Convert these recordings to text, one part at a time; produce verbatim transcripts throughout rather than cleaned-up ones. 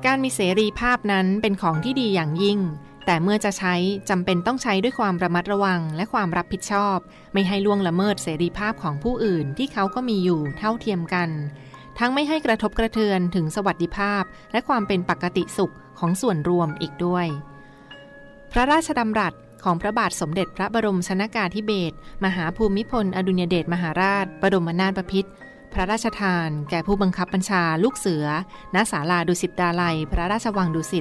การมีเสรีภาพนั้นเป็นของที่ดีอย่างยิ่งแต่เมื่อจะใช้จำเป็นต้องใช้ด้วยความระมัดระวังและความรับผิดชอบไม่ให้ล่วงละเมิดเสรีภาพของผู้อื่นที่เขาก็มีอยู่เท่าเทียมกันทั้งไม่ให้กระทบกระเทือนถึงสวัสดิภาพและความเป็นปกติสุขของส่วนรวมอีกด้วยพระราชดำรัสของพระบาทสมเด็จพระบรมชนกาธิเบศรมหาภูมิพลอดุลยเดชมหาราชบรมนาถบพิตรพระราชทานแก่ผู้บังคับบัญชาลูกเสือณศาลาดุสิตดาลัยพระราชวังดุสิต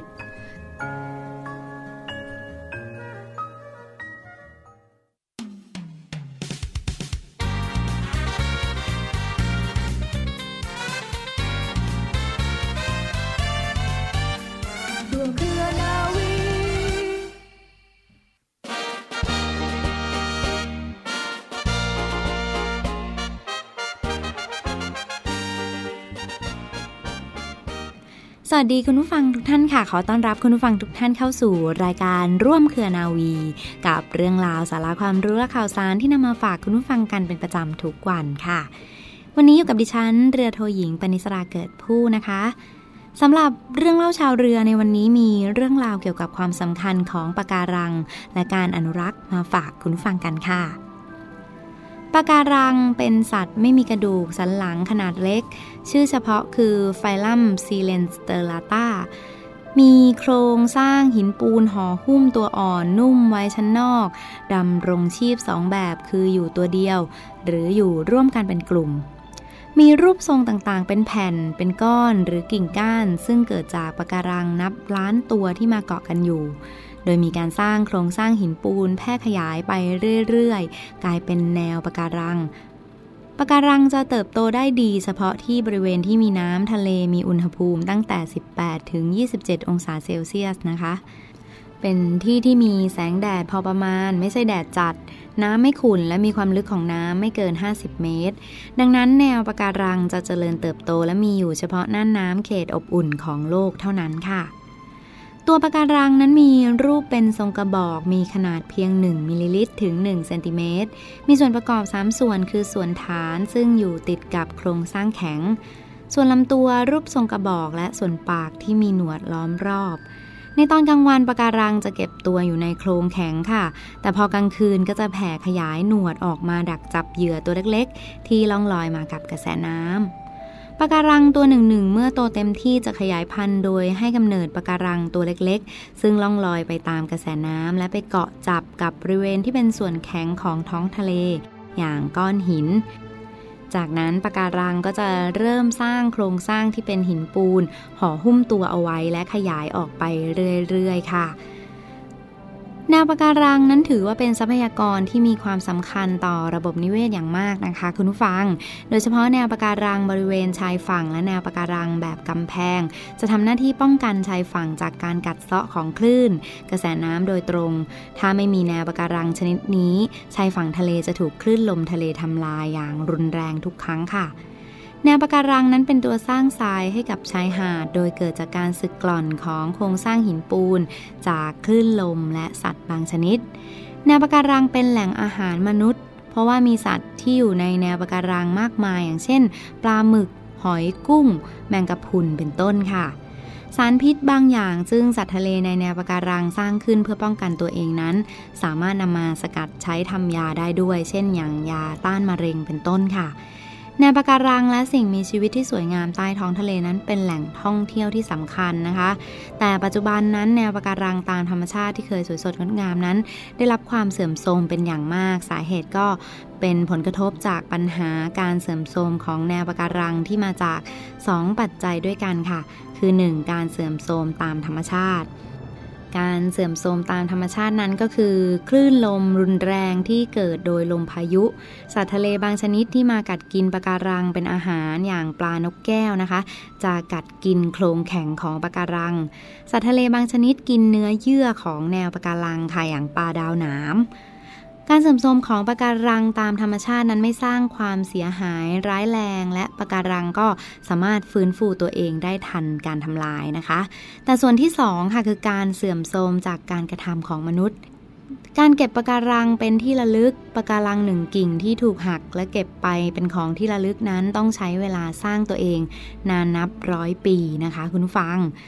สวัสดีคุณผู้ฟังทุกท่านค่ะขอต้อนรับคุณผู้ฟังทุกท่านเข้าสู่รายการร่วมเครือนาวีกับเรื่องราวสาระความรู้และข่าวสารที่นำมาฝากคุณผู้ฟังกันเป็นประจำทุกวันค่ะวันนี้อยู่กับดิฉันเรือโทหญิงปณิสราเกิดผู้นะคะสำหรับเรื่องเล่าชาวเรือในวันนี้มีเรื่องราวเกี่ยวกับความสำคัญของปะการังและการอนุรักษ์มาฝากคุณผู้ฟังกันค่ะปะการังเป็นสัตว์ไม่มีกระดูกสันหลังขนาดเล็กชื่อเฉพาะคือไฟลัมซีเลนสเตอราตามีโครงสร้างหินปูนห่อหุ้มตัวอ่อนนุ่มไว้ชั้นนอกดำรงชีพสองแบบคืออยู่ตัวเดียวหรืออยู่ร่วมกันเป็นกลุ่มมีรูปทรงต่างๆเป็นแผ่นเป็นก้อนหรือกิ่งก้านซึ่งเกิดจากปะการังนับล้านตัวที่มาเกาะกันอยู่โดยมีการสร้างโครงสร้างหินปูนแพร่ขยายไปเรื่อยๆกลายเป็นแนวปะการังปะการังจะเติบโตได้ดีเฉพาะที่บริเวณที่มีน้ำทะเลมีอุณหภูมิตั้งแต่สิบแปดถึงยี่สิบเจ็ดองศาเซลเซียสนะคะเป็นที่ที่มีแสงแดดพอประมาณไม่ใช่แดดจัดน้ำไม่ขุ่นและมีความลึกของน้ำไม่เกินห้าสิบเมตรดังนั้นแนวปะการังจะเจริญเติบโตและมีอยู่เฉพาะน่านน้ำเขตอบอุ่นของโลกเท่านั้นค่ะตัวปะการังนั้นมีรูปเป็นทรงกระบอกมีขนาดเพียงหนึ่งมิลลิลิตรถึงหนึ่งเซนติเมตรมีส่วนประกอบสามส่วนคือส่วนฐานซึ่งอยู่ติดกับโครงสร้างแข็งส่วนลำตัวรูปทรงกระบอกและส่วนปากที่มีหนวดล้อมรอบในตอนกลางวันปะการังจะเก็บตัวอยู่ในโครงแข็งค่ะแต่พอกลางคืนก็จะแผ่ขยายหนวดออกมาดักจับเหยื่อตัวเล็กๆที่ล่องลอยมากับกระแสน้ำปะการังตัวหนึ่งๆเมื่อโตเต็มที่จะขยายพันธุ์โดยให้กำเนิดปะการังตัวเล็กๆซึ่งล่องลอยไปตามกระแสน้ำและไปเกาะจับกับบริเวณที่เป็นส่วนแข็งของท้องทะเลอย่างก้อนหินจากนั้นปะการังก็จะเริ่มสร้างโครงสร้างที่เป็นหินปูนห่อหุ้มตัวเอาไว้และขยายออกไปเรื่อยๆค่ะแนวปะการังนั้นถือว่าเป็นทรัพยากรที่มีความสำคัญต่อระบบนิเวศอย่างมากนะคะคุณผู้ฟังโดยเฉพาะแนวปะการังบริเวณชายฝั่งและแนวปะการังแบบกำแพงจะทำหน้าที่ป้องกันชายฝั่งจากการกัดเซาะของคลื่นกระแสน้ำโดยตรงถ้าไม่มีแนวปะการังชนิดนี้ชายฝั่งทะเลจะถูกคลื่นลมทะเลทำลายอย่างรุนแรงทุกครั้งค่ะแนวปะการังนั้นเป็นตัวสร้างทรายให้กับชายหาดโดยเกิดจากการสึกกร่อนของโครงสร้างหินปูนจากคลื่นลมและสัตว์บางชนิดแนวปะการังเป็นแหล่งอาหารมนุษย์เพราะว่ามีสัตว์ที่อยู่ในแนวปะการังมากมายอย่างเช่นปลาหมึกหอยกุ้งแมงกะพรุนเป็นต้นค่ะสารพิษบางอย่างซึ่งสัตว์ทะเลในแนวปะการังสร้างขึ้นเพื่อป้องกันตัวเองนั้นสามารถนำมาสกัดใช้ทำยาได้ด้วยเช่นอย่างยาต้านมะเร็งเป็นต้นค่ะแนวปะการังและสิ่งมีชีวิตที่สวยงามใต้ท้องทะเลนั้นเป็นแหล่งท่องเที่ยวที่สำคัญนะคะแต่ปัจจุบันนั้นแนวปะการังตามธรรมชาติที่เคยสวยสดงดงามนั้นได้รับความเสื่อมโทรมเป็นอย่างมากสาเหตุก็เป็นผลกระทบจากปัญหาการเสื่อมโทรมของแนวปะการังที่มาจากสองปัจจัยด้วยกันค่ะคือหนึ่งการเสื่อมโทรมตามธรรมชาติการเสื่อมโทรมตามธรรมชาตินั้นก็คือคลื่นลมรุนแรงที่เกิดโดยลมพายุสัตว์ทะเลบางชนิดที่มากัดกินปะการังเป็นอาหารอย่างปลานกแก้วนะคะจะกัดกินโครงแข็งของปะการังสัตว์ทะเลบางชนิดกินเนื้อเยื่อของแนวปะการังค่ะอย่างปลาดาวหนามการเสื่อมโทรมของปะการังตามธรรมชาตินั้นไม่สร้างความเสียหายร้ายแรงและปะการังก็สามารถฟื้นฟูตัวเองได้ทันการทำลายนะคะแต่ส่วนที่สองค่ะคือการเสื่อมโทรมจากการกระทำของมนุษย์การเก็บปะการังเป็นที่ระลึกปะการังหนึ่งกิ่งที่ถูกหักและเก็บไปเป็นของที่ระลึกนั้นต้องใช้เวลาสร้างตัวเองนานนับร้อยปีนะคะคุณผู้ฟัง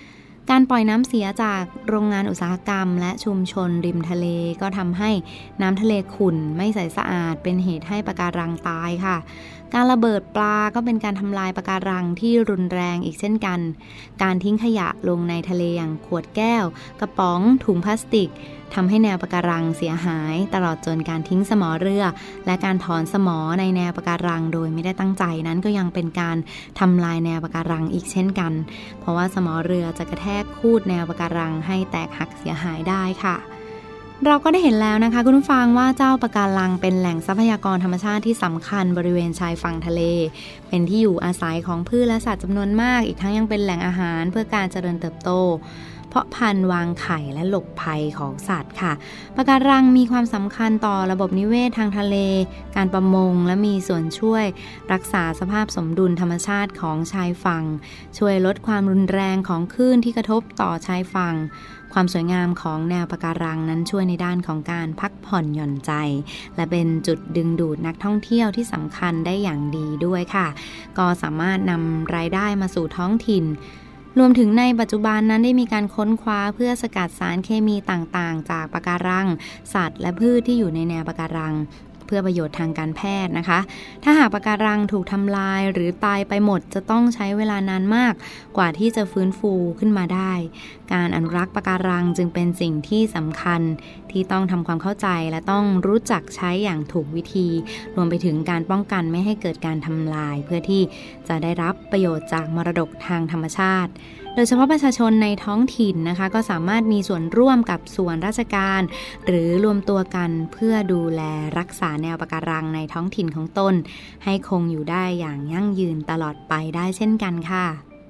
การปล่อยน้ำเสียจากโรงงานอุตสาหกรรมและชุมชนริมทะเลก็ทำให้น้ำทะเลขุ่นไม่ใสสะอาดเป็นเหตุให้ปะการังตายค่ะการระเบิดปลาก็เป็นการทำลายปะการังที่รุนแรงอีกเช่นกันการทิ้งขยะลงในทะเลอย่างขวดแก้วกระป๋องถุงพลาสติกทำให้แนวปะการังเสียหายตลอดจนการทิ้งสมอเรือและการถอนสมอในแนวปะการังโดยไม่ได้ตั้งใจนั้นก็ยังเป็นการทำลายแนวปะการังอีกเช่นกันเพราะว่าสมอเรือจะกระแทกคูดแนวปะการังให้แตกหักเสียหายได้ค่ะเราก็ได้เห็นแล้วนะคะคุณผู้ฟังว่าเจ้าปะการังเป็นแหล่งทรัพยากรธรรมชาติที่สำคัญบริเวณชายฝั่งทะเลเป็นที่อยู่อาศัยของพืชและสัตว์จำนวนมากอีกทั้งยังเป็นแหล่งอาหารเพื่อการเจริญเติบโตเพาะพันธุ์วางไข่และหลบภัยของสัตว์ค่ะปะการังมีความสำคัญต่อระบบนิเวศทางทะเลการประมงและมีส่วนช่วยรักษาสภาพสมดุลธรรมชาติของชายฝั่งช่วยลดความรุนแรงของคลื่นที่กระทบต่อชายฝั่งความสวยงามของแนวปะการังนั้นช่วยในด้านของการพักผ่อนหย่อนใจและเป็นจุดดึงดูดนักท่องเที่ยวที่สำคัญได้อย่างดีด้วยค่ะก็สามารถนำรายได้มาสู่ท้องถิ่นรวมถึงในปัจจุบันนั้นได้มีการค้นคว้าเพื่อสกัดสารเคมีต่างๆจากปะการังสัตว์และพืชที่อยู่ในแนวปะการังเพื่อประโยชน์ทางการแพทย์นะคะถ้าหากปะการังถูกทำลายหรือตายไปหมดจะต้องใช้เวลานานมากกว่าที่จะฟื้นฟูขึ้นมาได้การอนุรักษ์ปะการังจึงเป็นสิ่งที่สำคัญที่ต้องทำความเข้าใจและต้องรู้จักใช้อย่างถูกวิธีรวมไปถึงการป้องกันไม่ให้เกิดการทำลายเพื่อที่จะได้รับประโยชน์จากมรดกทางธรรมชาติโดยเฉพาะประชาชนในท้องถิ่นนะคะก็สามารถมีส่วนร่วมกับส่วนราชการหรือรวมตัวกันเพื่อดูแลรักษาแนวปะการังในท้องถิ่นของตนให้คงอยู่ได้อย่างยั่งยืนตลอดไปได้เช่นกันค่ะ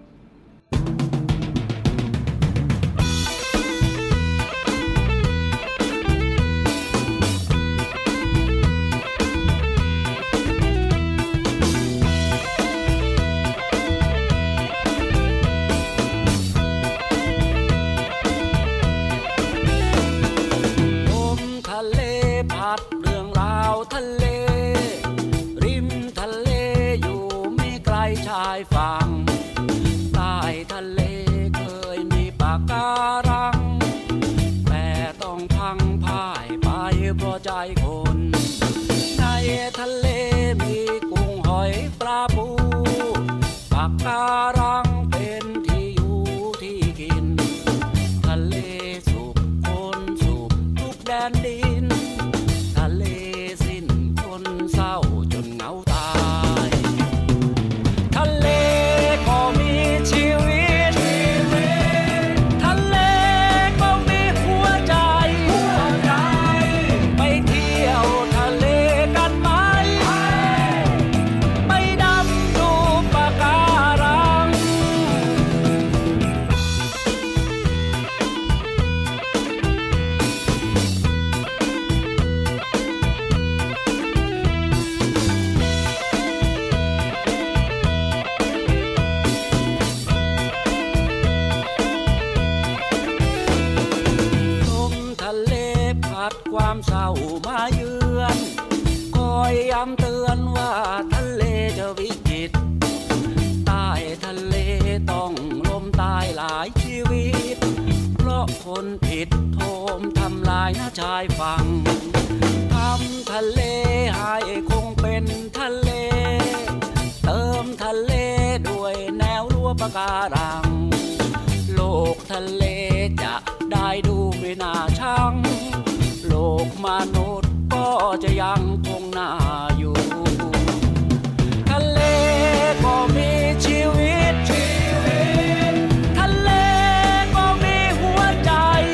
ความเศร้ามาเยือนคอยย้ำเตือนว่าทะเลจะวิกฤตใต้ทะเลต้องล้มตายหลายชีวิตเพราะคนผิดโทมทำลายหน้าชายฝั่งทำทะเลให้คงเป็นทะเลเติมทะเลด้วยแนวรั้วปะการังโลกทะเลจะได้ดูไม่น่าชังโลกมนุษย์ก็จะยังคงน่าอยู่ทะเลก็มีชีวิตทะเลก็มีหัวใจ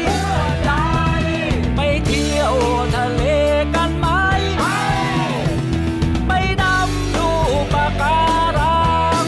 ไปเที่ยวทะเลกันไหมไปดำดูปะการัง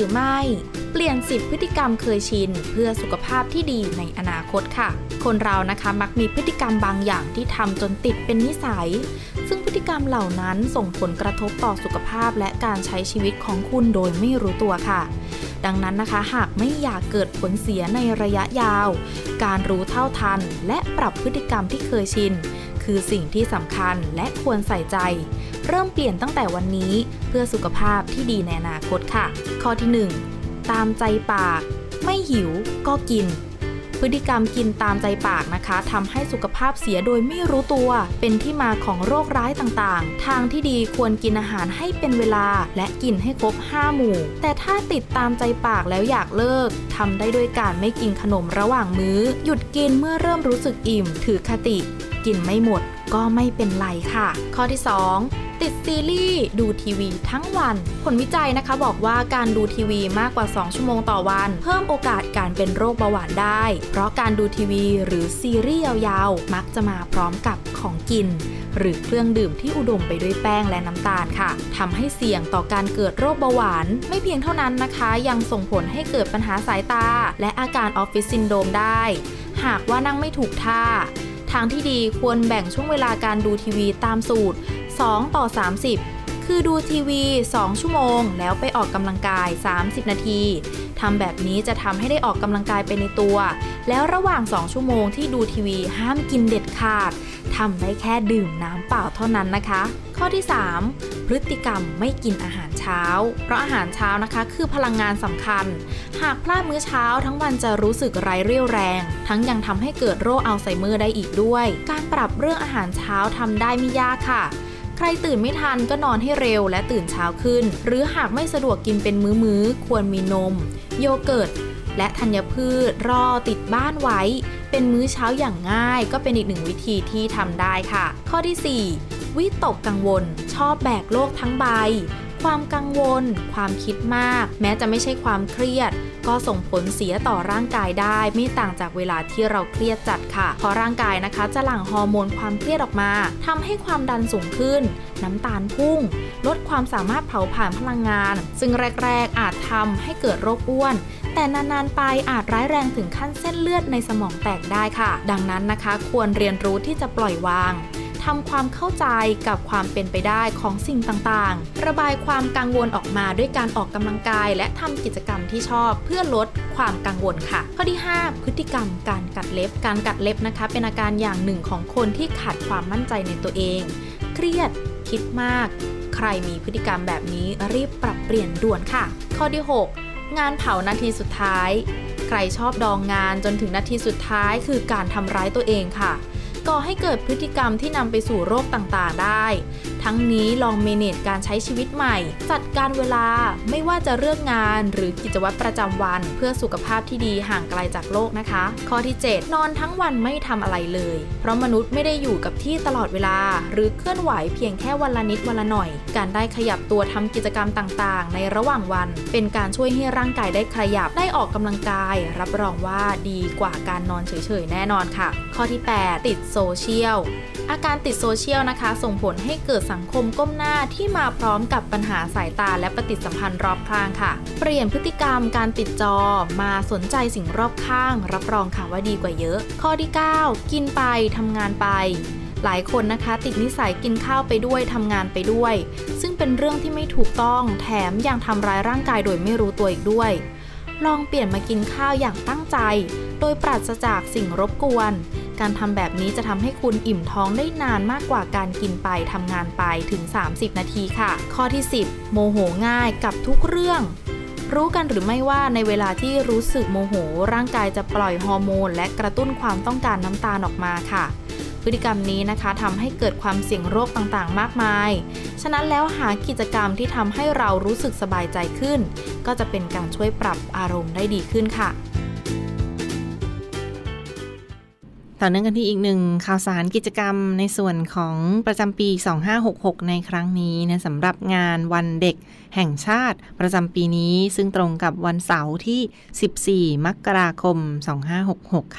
รือไม่เปลี่ยนสิบพฤติกรรมเคยชินเพื่อสุขภาพที่ดีในอนาคตค่ะคนเรานะคะมักมีพฤติกรรมบางอย่างที่ทำจนติดเป็นนิสัยซึ่งพฤติกรรมเหล่านั้นส่งผลกระทบต่อสุขภาพและการใช้ชีวิตของคุณโดยไม่รู้ตัวค่ะดังนั้นนะคะหากไม่อยากเกิดผลเสียในระยะยาวการรู้เท่าทันและปรับพฤติกรรมที่เคยชินคือสิ่งที่สำคัญและควรใส่ใจเริ่มเปลี่ยนตั้งแต่วันนี้เพื่อสุขภาพที่ดีในอนาคตค่ะข้อที่หนึ่งตามใจปากไม่หิวก็กินพฤติกรรมกินตามใจปากนะคะทำให้สุขภาพเสียโดยไม่รู้ตัวเป็นที่มาของโรคร้ายต่างๆทางที่ดีควรกินอาหารให้เป็นเวลาและกินให้ครบห้าหมู่แต่ถ้าติดตามใจปากแล้วอยากเลิกทำได้ด้วยการไม่กินขนมระหว่างมื้อหยุดกินเมื่อเริ่มรู้สึกอิ่มถือคติกินไม่หมดก็ไม่เป็นไรค่ะข้อที่สองติดซีรีส์ดูทีวีทั้งวันผลวิจัยนะคะบอกว่าการดูทีวีมากกว่าสองชั่วโมงต่อวันเพิ่มโอกาสการเป็นโรคเบาหวานได้เพราะการดูทีวีหรือซีรีส์ยาวๆมักจะมาพร้อมกับของกินหรือเครื่องดื่มที่อุดมไปด้วยแป้งและน้ำตาลค่ะทำให้เสี่ยงต่อการเกิดโรคเบาหวานไม่เพียงเท่านั้นนะคะยังส่งผลให้เกิดปัญหาสายตาและอาการออฟฟิศซินโดรมได้หากว่านั่งไม่ถูกท่าทางที่ดีควรแบ่งช่วงเวลาการดูทีวีตามสูตรสองต่อสามสิบคือดูทีวีสองชั่วโมงแล้วไปออกกำลังกายสามสิบนาทีทำแบบนี้จะทำให้ได้ออกกำลังกายไปในตัวแล้วระหว่างสองชั่วโมงที่ดูทีวีห้ามกินเด็ดขาดทำได้แค่ดื่มน้ำเปล่าเท่านั้นนะคะข้อที่สามพฤติกรรมไม่กินอาหารเช้าเพราะอาหารเช้านะคะคือพลังงานสำคัญหากพลาดมื้อเช้าทั้งวันจะรู้สึกไร้เรี่ยวแรงทั้งยังทำให้เกิดโรคอัลไซเมอร์ได้อีกด้วยการปรับเรื่องอาหารเช้าทำได้ไม่ยากค่ะใครตื่นไม่ทันก็นอนให้เร็วและตื่นเช้าขึ้นหรือหากไม่สะดวกกินเป็นมื้อๆควรมีนมโยเกิร์ตและธัญพืชรอติดบ้านไว้เป็นมื้อเช้าอย่างง่ายก็เป็นอีกหนึ่งวิธีที่ทำได้ค่ะข้อที่สี่วิตกกังวลชอบแบกโลกทั้งใบความกังวลความคิดมากแม้จะไม่ใช่ความเครียดก็ส่งผลเสียต่อร่างกายได้ไม่ต่างจากเวลาที่เราเครียดจัดค่ะเพราะร่างกายนะคะจะหลั่งฮอร์โมนความเครียดออกมาทำให้ความดันสูงขึ้นน้ำตาลพุ่งลดความสามารถเผาผลาญพลังงานซึ่งแรกๆอาจทำให้เกิดโรคอ้วนแต่นานๆไปอาจร้ายแรงถึงขั้นเส้นเลือดในสมองแตกได้ค่ะดังนั้นนะคะควรเรียนรู้ที่จะปล่อยวางทำความเข้าใจกับความเป็นไปได้ของสิ่งต่างๆระบายความกังวลออกมาด้วยการออกกำลังกายและทำกิจกรรมที่ชอบเพื่อลดความกังวลค่ะข้อที่ห้าพฤติกรรมการกัดเล็บการกัดเล็บนะคะเป็นอาการอย่างหนึ่งของคนที่ขาดความมั่นใจในตัวเองเครียดคิดมากใครมีพฤติกรรมแบบนี้รีบปรับเปลี่ยนด่วนค่ะข้อที่หกงานเผานาทีสุดท้ายใครชอบดองงานจนถึงนาทีสุดท้ายคือการทำร้ายตัวเองค่ะก่อให้เกิดพฤติกรรมที่นำไปสู่โรคต่างๆได้ทั้งนี้ลองเมเนจการใช้ชีวิตใหม่จัดการเวลาไม่ว่าจะเรื่องงานหรือกิจวัตรประจำวันเพื่อสุขภาพที่ดีห่างไกลจากโรคนะคะข้อที่เจ็ดนอนทั้งวันไม่ทำอะไรเลยเพราะมนุษย์ไม่ได้อยู่กับที่ตลอดเวลาหรือเคลื่อนไหวเพียงแค่วันละนิดวันละหน่อยการได้ขยับตัวทำกิจกรรมต่างๆในระหว่างวันเป็นการช่วยให้ร่างกายได้ขยับได้ออกกำลังกายรับรองว่าดีกว่าการนอนเฉยๆแน่นอนค่ะข้อที่แปดติดโซเชียลอาการติดโซเชียลนะคะส่งผลให้เกิดสังคมก้มหน้าที่มาพร้อมกับปัญหาสายตาและปฏิสัมพันธ์รอบข้างค่ะเปลี่ยนพฤติกรรมการติดจอมาสนใจสิ่งรอบข้างรับรองค่ะว่าดีกว่าเยอะข้อที่เก้ากินไปทำงานไปหลายคนนะคะติดนิสัยกินข้าวไปด้วยทำงานไปด้วยซึ่งเป็นเรื่องที่ไม่ถูกต้องแถมยังทำร้ายร่างกายโดยไม่รู้ตัวอีกด้วยลองเปลี่ยนมากินข้าวอย่างตั้งใจโดยปราศจากสิ่งรบกวนการทำแบบนี้จะทำให้คุณอิ่มท้องได้นานมากกว่าการกินไปทำงานไปถึงสามสิบนาทีค่ะข้อที่สิบโมโหง่ายกับทุกเรื่องรู้กันหรือไม่ว่าในเวลาที่รู้สึกโมโหร่างกายจะปล่อยฮอร์โมนและกระตุ้นความต้องการน้ำตาลออกมาค่ะพฤติกรรมนี้นะคะทำให้เกิดความเสี่ยงโรคต่างๆมากมายฉะนั้นแล้วหากิจกรรมที่ทำให้เรารู้สึกสบายใจขึ้นก็จะเป็นการช่วยปรับอารมณ์ได้ดีขึ้นค่ะต่อเนื่องกันที่อีกหนึ่งข่าวสารกิจกรรมในส่วนของประจำปีสองห้าหกหกในครั้งนี้นะสำหรับงานวันเด็กแห่งชาติประจำปีนี้ซึ่งตรงกับวันเสาร์ที่สิบสี่มกราคมสองห้าหกหกค่ะ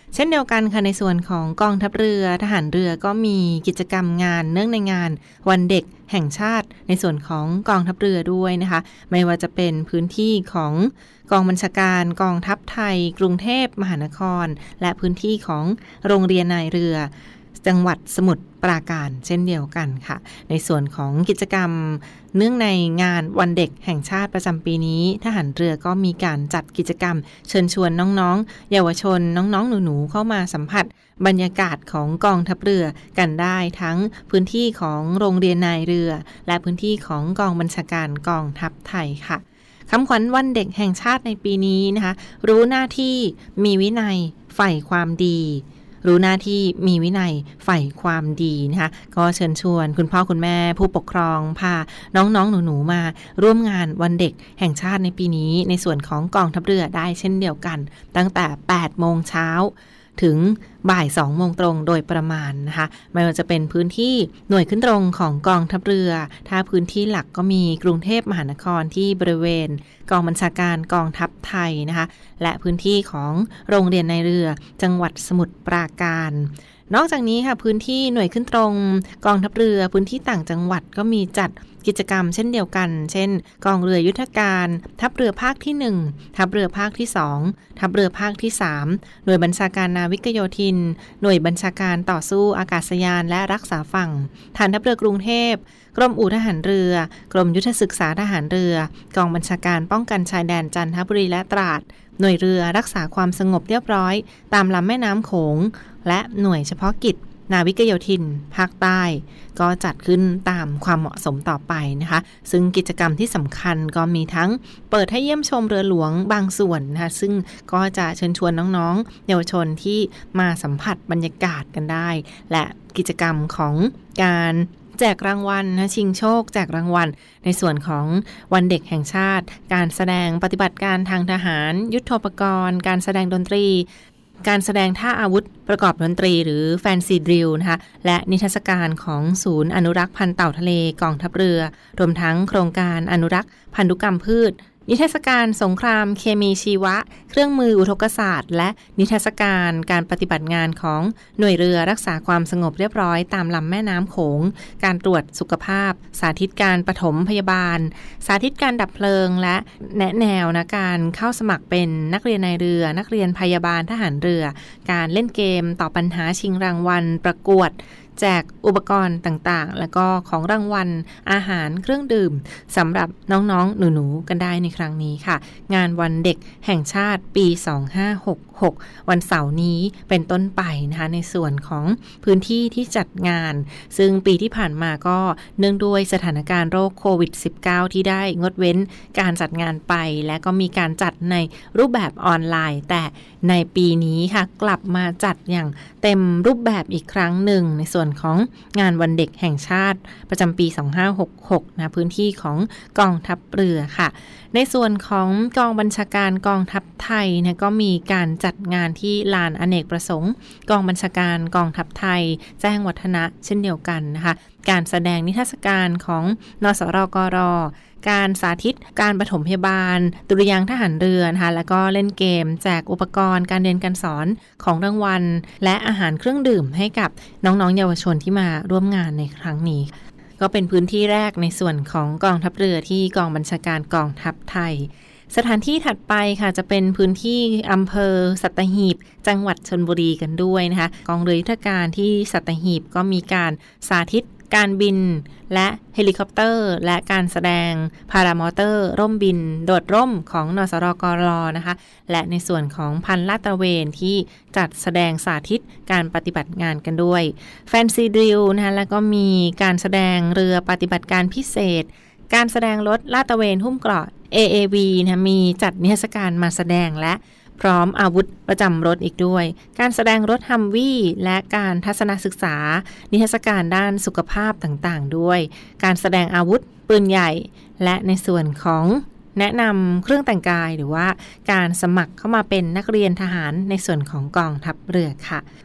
เช่นเดียวกันค่ะในส่วนของกองทัพเรือทหารเรือก็มีกิจกรรมงานเนื่องในงานวันเด็กแห่งชาติในส่วนของกองทัพเรือด้วยนะคะไม่ว่าจะเป็นพื้นที่ของกองบัญชาการกองทัพไทยกรุงเทพมหานครและพื้นที่ของโรงเรียนนายเรือจังหวัดสมุทรปราการเช่นเดียวกันค่ะในส่วนของกิจกรรมเนื่องในงานวันเด็กแห่งชาติประจำปีนี้ทหารเรือก็มีการจัดกิจกรรมเชิญชวนน้องๆเยาวชนน้องๆหนูๆเข้ามาสัมผัสบรรยากาศของกองทัพเรือกันได้ทั้งพื้นที่ของโรงเรียนนายเรือและพื้นที่ของกองบัญชาการกองทัพไทยค่ะคำขวัญวันเด็กแห่งชาติในปีนี้นะคะรู้หน้าที่มีวินัยใฝ่ความดีรู้หน้าที่มีวินัยใฝ่ความดีนะคะก็เชิญชวนคุณพ่อคุณแม่ผู้ปกครองพาน้องๆหนูๆมาร่วมงานวันเด็กแห่งชาติในปีนี้ในส่วนของกองทัพเรือได้เช่นเดียวกันตั้งแต่แปดโมงเช้าถึงบ่ายสองโมงตรงโดยประมาณนะคะไม่ว่าจะเป็นพื้นที่หน่วยขึ้นตรงของกองทัพเรือถ้าพื้นที่หลักก็มีกรุงเทพมหานครที่บริเวณกองบัญชาการกองทัพไทยนะคะและพื้นที่ของโรงเรียนในเรือจังหวัดสมุทรปราการนอกจากนี้ค่ะพื้นที่หน่วยขึ้นตรงกองทัพเรือพื้นที่ต่างจังหวัดก็มีจัดกิจกรรมเช่นเดียวกันเช่นกองเรือยุทธการทัพเรือภาคที่หนึ่งทัพเรือภาคที่สองทัพเรือภาคที่สามหน่วยบัญชาการนาวิกโยธินหน่วยบัญชาการต่อสู้อากาศยานและรักษาฝั่งฐานทัพเรือกรุงเทพกรมอู่ทหารเรือกรมยุทธศึกษาทหารเรือกองบัญชาการป้องกันชายแดนจันทบุรีและตราดหน่วยเรือรักษาความสงบเรียบร้อยตามลำแม่น้ำโขงและหน่วยเฉพาะกิจนาวิกโยธินภาคใต้ก็จัดขึ้นตามความเหมาะสมต่อไปนะคะซึ่งกิจกรรมที่สำคัญก็มีทั้งเปิดให้เยี่ยมชมเรือหลวงบางส่วนนะคะซึ่งก็จะเชิญชวนน้องๆเยาวชนที่มาสัมผัสบรรยากาศกันได้และกิจกรรมของการแจกรางวัลนะชิงโชคแจกรางวัลในส่วนของวันเด็กแห่งชาติการแสดงปฏิบัติการทางทหารยุทโธปกรณ์การแสดงดนตรีการแสดงท่าอาวุธประกอบดนตรีหรือแฟนซีดริลนะคะและนิทรรศการของศูนย์อนุรักษ์พันธุ์เต่าทะเลกองทัพเรือรวมทั้งโครงการอนุรักษ์พันธุกรรมพืชนิทรรศการสงครามเคมีชีวะเครื่องมืออุทกศาสตร์และนิทรรศการการปฏิบัติงานของหน่วยเรือรักษาความสงบเรียบร้อยตามลำแม่น้ำโขงการตรวจสุขภาพสาธิตการปฐมพยาบาลสาธิตการดับเพลิงและแนะแนวนะการเข้าสมัครเป็นนักเรียนนายเรือนักเรียนพยาบาลทหารเรือการเล่นเกมตอบปัญหาชิงรางวัลประกวดแจกอุปกรณ์ต่างๆแล้วก็ของรางวัลอาหารเครื่องดื่มสำหรับน้องๆหนูๆกันได้ในครั้งนี้ค่ะงานวันเด็กแห่งชาติปีสองห้าหกหกวันเสาร์นี้เป็นต้นไปนะคะในส่วนของพื้นที่ที่จัดงานซึ่งปีที่ผ่านมาก็เนื่องด้วยสถานการณ์โรคโควิด สิบเก้า ที่ได้งดเว้นการจัดงานไปและก็มีการจัดในรูปแบบออนไลน์แต่ในปีนี้ค่ะกลับมาจัดอย่างเต็มรูปแบบอีกครั้งหนึ่งในส่วนของงานวันเด็กแห่งชาติประจำปีสองห้าหกหกนะพื้นที่ของกองทัพเรือค่ะในส่วนของกองบัญชาการกองทัพไทยนะก็มีการจัดงานที่ลานอเนกประสงค์กองบัญชาการกองทัพไทยแจ้งวัฒนะเช่นเดียวกันนะคะการแสดงนิทรรศการของนสรกรการสาธิตการปฐมพยาบาลดุริยางค์ทหารเรือนะคะแล้วก็เล่นเกมแจกอุปกรณ์การเรียนการสอนของรางวัลและอาหารเครื่องดื่มให้กับน้องๆเยาวชนที่มาร่วมงานในครั้งนี้ก็เป็นพื้นที่แรกในส่วนของกองทัพเรือที่กองบัญชาการกองทัพไทยสถานที่ถัดไปค่ะจะเป็นพื้นที่อำเภอสัตหีบจังหวัดชลบุรีกันด้วยนะคะกองเรือยุทธการที่สัตหีบก็มีการสาธิตการบินและเฮลิคอปเตอร์และการแสดงพารามอเตอร์ร่มบินโดดร่มของนสรกรนะคะและในส่วนของพันลาดตระเวนที่จัดแสดงสาธิตการปฏิบัติงานกันด้วยแฟนซีดริลนะคะแล้วก็มีการแสดงเรือปฏิบัติการพิเศษการแสดงรถลาดตระเวนหุ้มเกราะ เอ เอ วี นะมีจัดนิทรรศการมาแสดงและพร้อมอาวุธประจำรถอีกด้วยการแสดงรถฮัมวี่และการทัศนศึกษานิทรรศการด้านสุขภาพต่างๆด้วยการแสดงอาวุธปืนใหญ่และในส่วนของแนะนำเครื่องแต่งกายหรือว่าการสมัครเข้ามาเป็นนักเรียนทหารในส่วนของกองทัพเรือค่ะ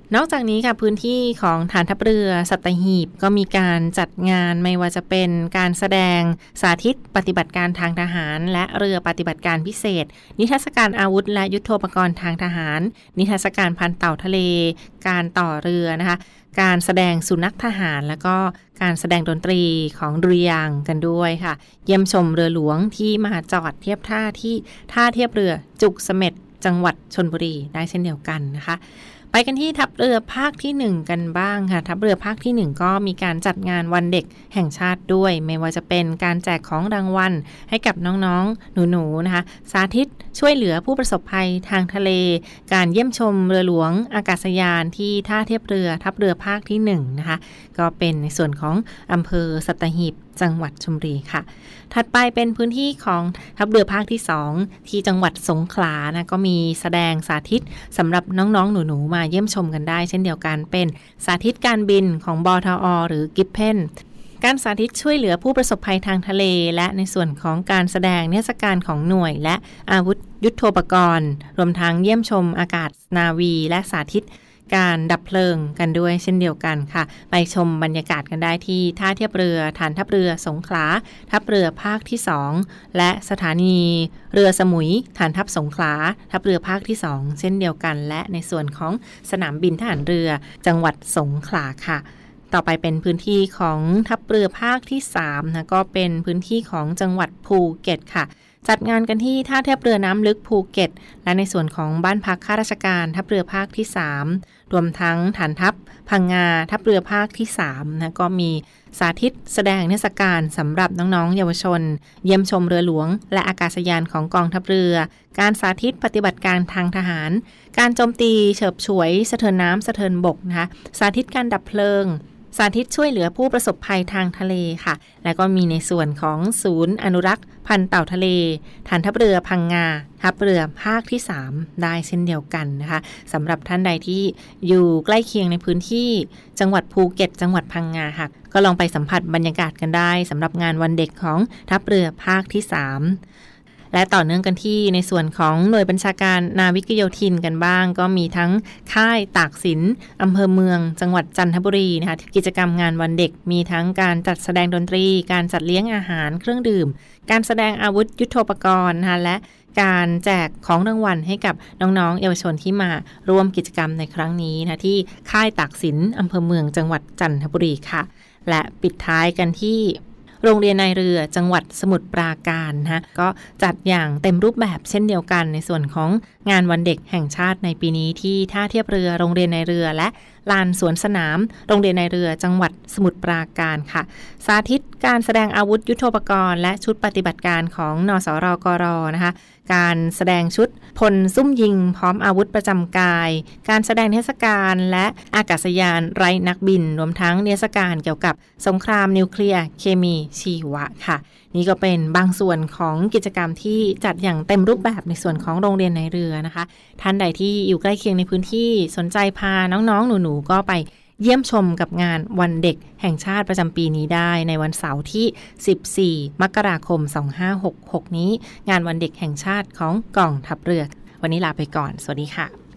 นอกจากนี้ค่ะพื้นที่ของฐานทัพเรือสัตหีบก็มีการจัดงานไม่ว่าจะเป็นการแสดงสาธิตปฏิบัติการทางทหารและเรือปฏิบัติการพิเศษนิทรรศการอาวุธและยุทโธปกรณ์ทางทหารนิทรรศการพันเต่าทะเลการต่อเรือนะคะการแสดงสุนัขทหารแล้วก็การแสดงดนตรีของดุริยางค์กันด้วยค่ะเยี่ยมชมเรือหลวงที่มาจอดเทียบท่าที่ท่าเทียบเรือจุกเสม็ดจังหวัดชลบุรีได้เช่นเดียวกันนะคะไปกันที่ทัพเรือภาคที่หนึ่งกันบ้างค่ะทัพเรือภาคที่หนึ่งก็มีการจัดงานวันเด็กแห่งชาติด้วยไม่ว่าจะเป็นการแจกของรางวัลให้กับน้องๆหนูๆนะคะสาธิตช่วยเหลือผู้ประสบภัยทางทะเลการเยี่ยมชมเรือหลวงอากาศยานที่ท่าเทียบเรือทัพเรือภาคที่หนึ่งนะคะก็เป็นในส่วนของอำเภอสัตหีบจังหวัดชลบุรีค่ะถัดไปเป็นพื้นที่ของทัพเรือภาคที่สองที่จังหวัดสงขลานะก็มีแสดงสาธิตสำหรับน้องๆหนูๆมาเยี่ยมชมกันได้เช่นเดียวกันเป็นสาธิตการบินของบทอ.หรือกิฟเพนการสาธิตช่วยเหลือผู้ประสบภัยทางทะเลและในส่วนของการแสดงนิทรรศการของหน่วยและอาวุธยุทโธปกรณ์รวมทั้งเยี่ยมชมอากาศนาวีและสาธิตการดับเพลิงกันด้วยเช่นเดียวกันค่ะไปชมบรรยากาศกันได้ที่ท่าเทียบเรือฐานทัพเรือสงขลาทัพเรือภาคที่สองและสถานีเรือสมุยฐานทัพสงขลาทัพเรือภาคที่สองเช่นเดียวกันและในส่วนของสนามบินทหารเรือจังหวัดสงขลาค่ะต่อไปเป็นพื้นที่ของทัพเรือภาคที่สามนะก็เป็นพื้นที่ของจังหวัดภูเก็ตค่ะจัดงานกันที่ท่าเทียบเรือน้ำลึกภูเก็ตและในส่วนของบ้านพักข้าราชการทัพเรือภาคที่สามรวมทั้งฐานทัพพังงาทัพเรือภาคที่สามนะก็มีสาธิตแสดงนิทรรศการสำหรับน้องๆเยาวชนเยี่ยมชมเรือหลวงและอากาศยานของกองทัพเรือการสาธิตปฏิบัติการทางทหารการโจมตีเฉิบฉวยสะเทินน้ำสะเทินบกนะคะสาธิตการดับเพลิงสาธิตช่วยเหลือผู้ประสบภัยทางทะเลค่ะและก็มีในส่วนของศูนย์อนุรักษ์พันธุ์เต่าทะเลฐานทัพเรือพังงาทัพเรือภาคที่สามได้เช่นเดียวกันนะคะสำหรับท่านใดที่อยู่ใกล้เคียงในพื้นที่จังหวัดภูเก็ตจังหวัดพังงาค่ะก็ลองไปสัมผัสบรรยากาศกันได้สำหรับงานวันเด็กของทัพเรือภาคที่สามและต่อเนื่องกันที่ในส่วนของหน่วยบัญชาการนาวิกโยธินกันบ้างก็มีทั้งค่ายตากสินอำเภอเมืองจังหวัดจันทบุรีนะคะกิจกรรมงานวันเด็กมีทั้งการจัดแสดงดนตรีการจัดเลี้ยงอาหารเครื่องดื่มการแสดงอาวุธยุทโธปกรณ์นะคะและการแจกของรางวัลให้กับน้องๆเยาวชนที่มาร่วมกิจกรรมในครั้งนี้นะที่ค่ายตากสินอำเภอเมืองจังหวัดจันทบุรีค่ะและปิดท้ายกันที่โรงเรียนนายเรือจังหวัดสมุทรปราการนะก็จัดอย่างเต็มรูปแบบเช่นเดียวกันในส่วนของงานวันเด็กแห่งชาติในปีนี้ที่ท่าเทียบเรือโรงเรียนนายเรือและลานสวนสนามโรงเรียนนายเรือจังหวัดสมุทรปราการค่ะสาธิตการแสดงอาวุธยุทโธปกรณ์และชุดปฏิบัติการของนสรกรนะคะการแสดงชุดพลซุ่มยิงพร้อมอาวุธประจำกายการแสดงเทศกาลและอากาศยานไร้นักบินรวมทั้งเทศกาลเกี่ยวกับสงครามนิวเคลียร์เคมีชีวะค่ะนี่ก็เป็นบางส่วนของกิจกรรมที่จัดอย่างเต็มรูปแบบในส่วนของโรงเรียนในเรือนะคะท่านใดที่อยู่ใกล้เคียงในพื้นที่สนใจพาน้องๆหนูๆก็ไปเยี่ยมชมกับงานวันเด็กแห่งชาติประจำปีนี้ได้ในวันเสาร์ที่สิบสี่มกราคมสองห้าหกหกนี้งานวันเด็กแห่งชาติของกองทัพเรือวันนี้ลาไปก่อนสวัสดีค่ะ